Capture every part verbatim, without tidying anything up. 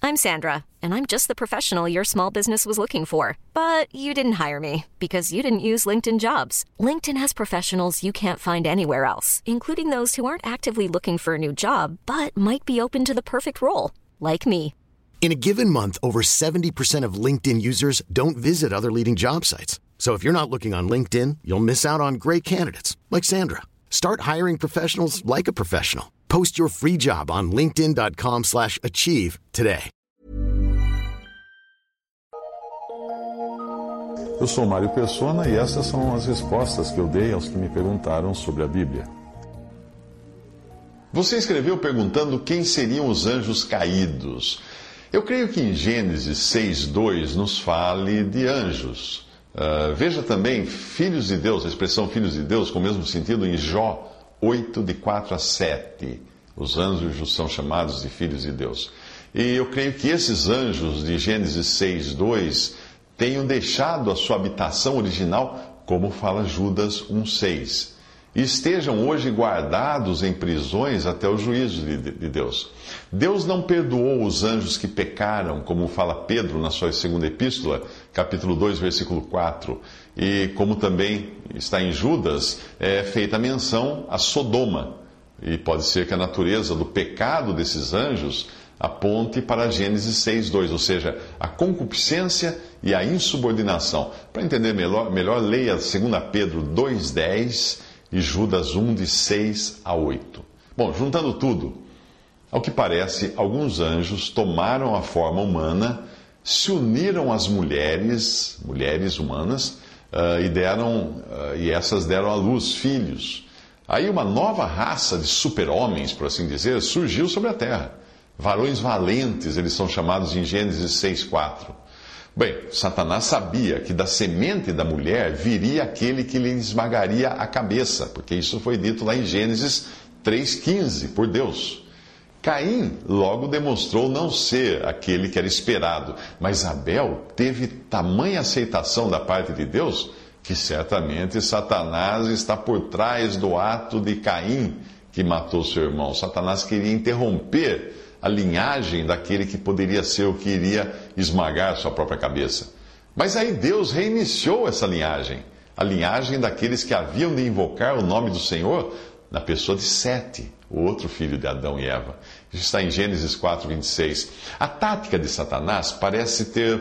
I'm Sandra, and I'm just the professional your small business was looking for. But you didn't hire me because you didn't use LinkedIn Jobs. LinkedIn has professionals you can't find anywhere else, including those who aren't actively looking for a new job, but might be open to the perfect role, like me. In a given month, over seventy percent of LinkedIn users don't visit other leading job sites. So if you're not looking on LinkedIn, you'll miss out on great candidates like Sandra. Start hiring professionals like a professional. Post your free job on linkedin dot com slash achieve today. Eu sou Mário Persona e essas são as respostas que eu dei aos que me perguntaram sobre a Bíblia. Você escreveu perguntando quem seriam os anjos caídos. Eu creio que em Gênesis seis, dois nos fale de anjos. Uh, veja também filhos de Deus, a expressão filhos de Deus com o mesmo sentido em Jó oito, de quatro a sete. Os anjos são chamados de filhos de Deus. E eu creio que esses anjos de Gênesis seis, dois tenham deixado a sua habitação original, como fala Judas um, seis. E estejam hoje guardados em prisões até o juízo de, de Deus. Deus não perdoou os anjos que pecaram, como fala Pedro na sua segunda epístola, capítulo dois, versículo quatro. E como também está em Judas, é feita menção a Sodoma. E pode ser que a natureza do pecado desses anjos aponte para Gênesis seis, dois, ou seja, a concupiscência e a insubordinação. Para entender melhor, melhor leia dois Pedro dois, dez e Judas um, de seis a oito. Bom, juntando tudo, ao que parece, alguns anjos tomaram a forma humana, se uniram às mulheres, mulheres humanas, uh, e, deram, uh, e essas deram à luz filhos. Aí uma nova raça de super-homens, por assim dizer, surgiu sobre a Terra. Varões valentes, eles são chamados em Gênesis seis, quatro. Bem, Satanás sabia que da semente da mulher viria aquele que lhe esmagaria a cabeça, porque isso foi dito lá em Gênesis três, quinze, por Deus. Caim logo demonstrou não ser aquele que era esperado, mas Abel teve tamanha aceitação da parte de Deus que certamente Satanás está por trás do ato de Caim que matou seu irmão. Satanás queria interromper a linhagem daquele que poderia ser o que iria esmagar sua própria cabeça. Mas aí Deus reiniciou essa linhagem, a linhagem daqueles que haviam de invocar o nome do Senhor na pessoa de Sete, o outro filho de Adão e Eva. Isso está em Gênesis quatro, vinte e seis. A tática de Satanás parece ter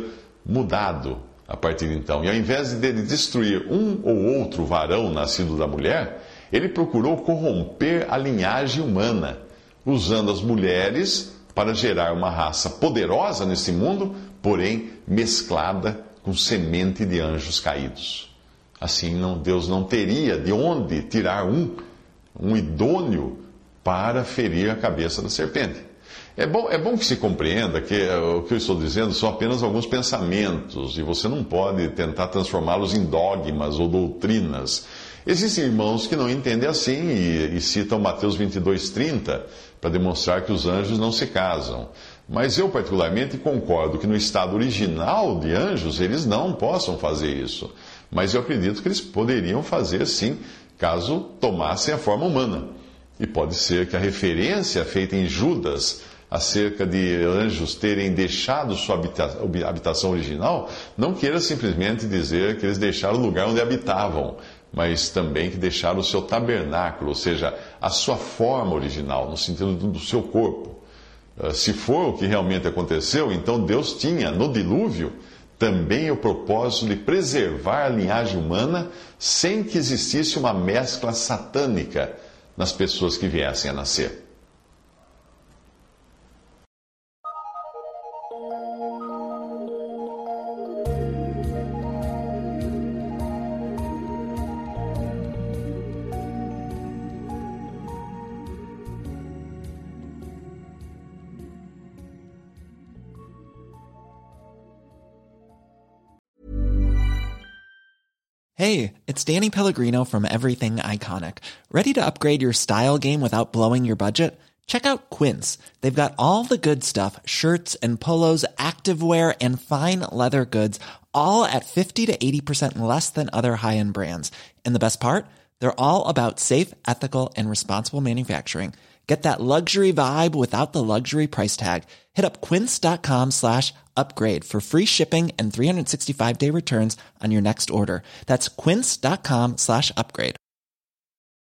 mudado a partir de então. E ao invés de destruir um ou outro varão nascido da mulher, ele procurou corromper a linhagem humana, usando as mulheres para gerar uma raça poderosa nesse mundo, porém mesclada com semente de anjos caídos. Assim, não, Deus não teria de onde tirar um, um idôneo para ferir a cabeça da serpente. É bom, é bom que se compreenda que o que eu estou dizendo são apenas alguns pensamentos e você não pode tentar transformá-los em dogmas ou doutrinas. Existem irmãos que não entendem assim e, e citam Mateus vinte e dois, trinta para demonstrar que os anjos não se casam. Mas eu particularmente concordo que no estado original de anjos eles não possam fazer isso. Mas eu acredito que eles poderiam fazer sim, caso tomassem a forma humana. E pode ser que a referência feita em Judas acerca de anjos terem deixado sua habitação original não queira simplesmente dizer que eles deixaram o lugar onde habitavam, mas também que deixaram o seu tabernáculo, ou seja, a sua forma original, no sentido do seu corpo. Se for o que realmente aconteceu, então Deus tinha, no dilúvio, também o propósito de preservar a linhagem humana sem que existisse uma mescla satânica nas pessoas que viessem a nascer. Hey, it's Danny Pellegrino from Everything Iconic. Ready to upgrade your style game without blowing your budget? Check out Quince. They've got all the good stuff, shirts and polos, activewear, and fine leather goods, all at fifty to eighty percent less than other high-end brands. And the best part? They're all about safe, ethical, and responsible manufacturing. Get that luxury vibe without the luxury price tag. Hit up quince.com slash upgrade for free shipping and three sixty-five day returns on your next order. That's quince.com slash upgrade.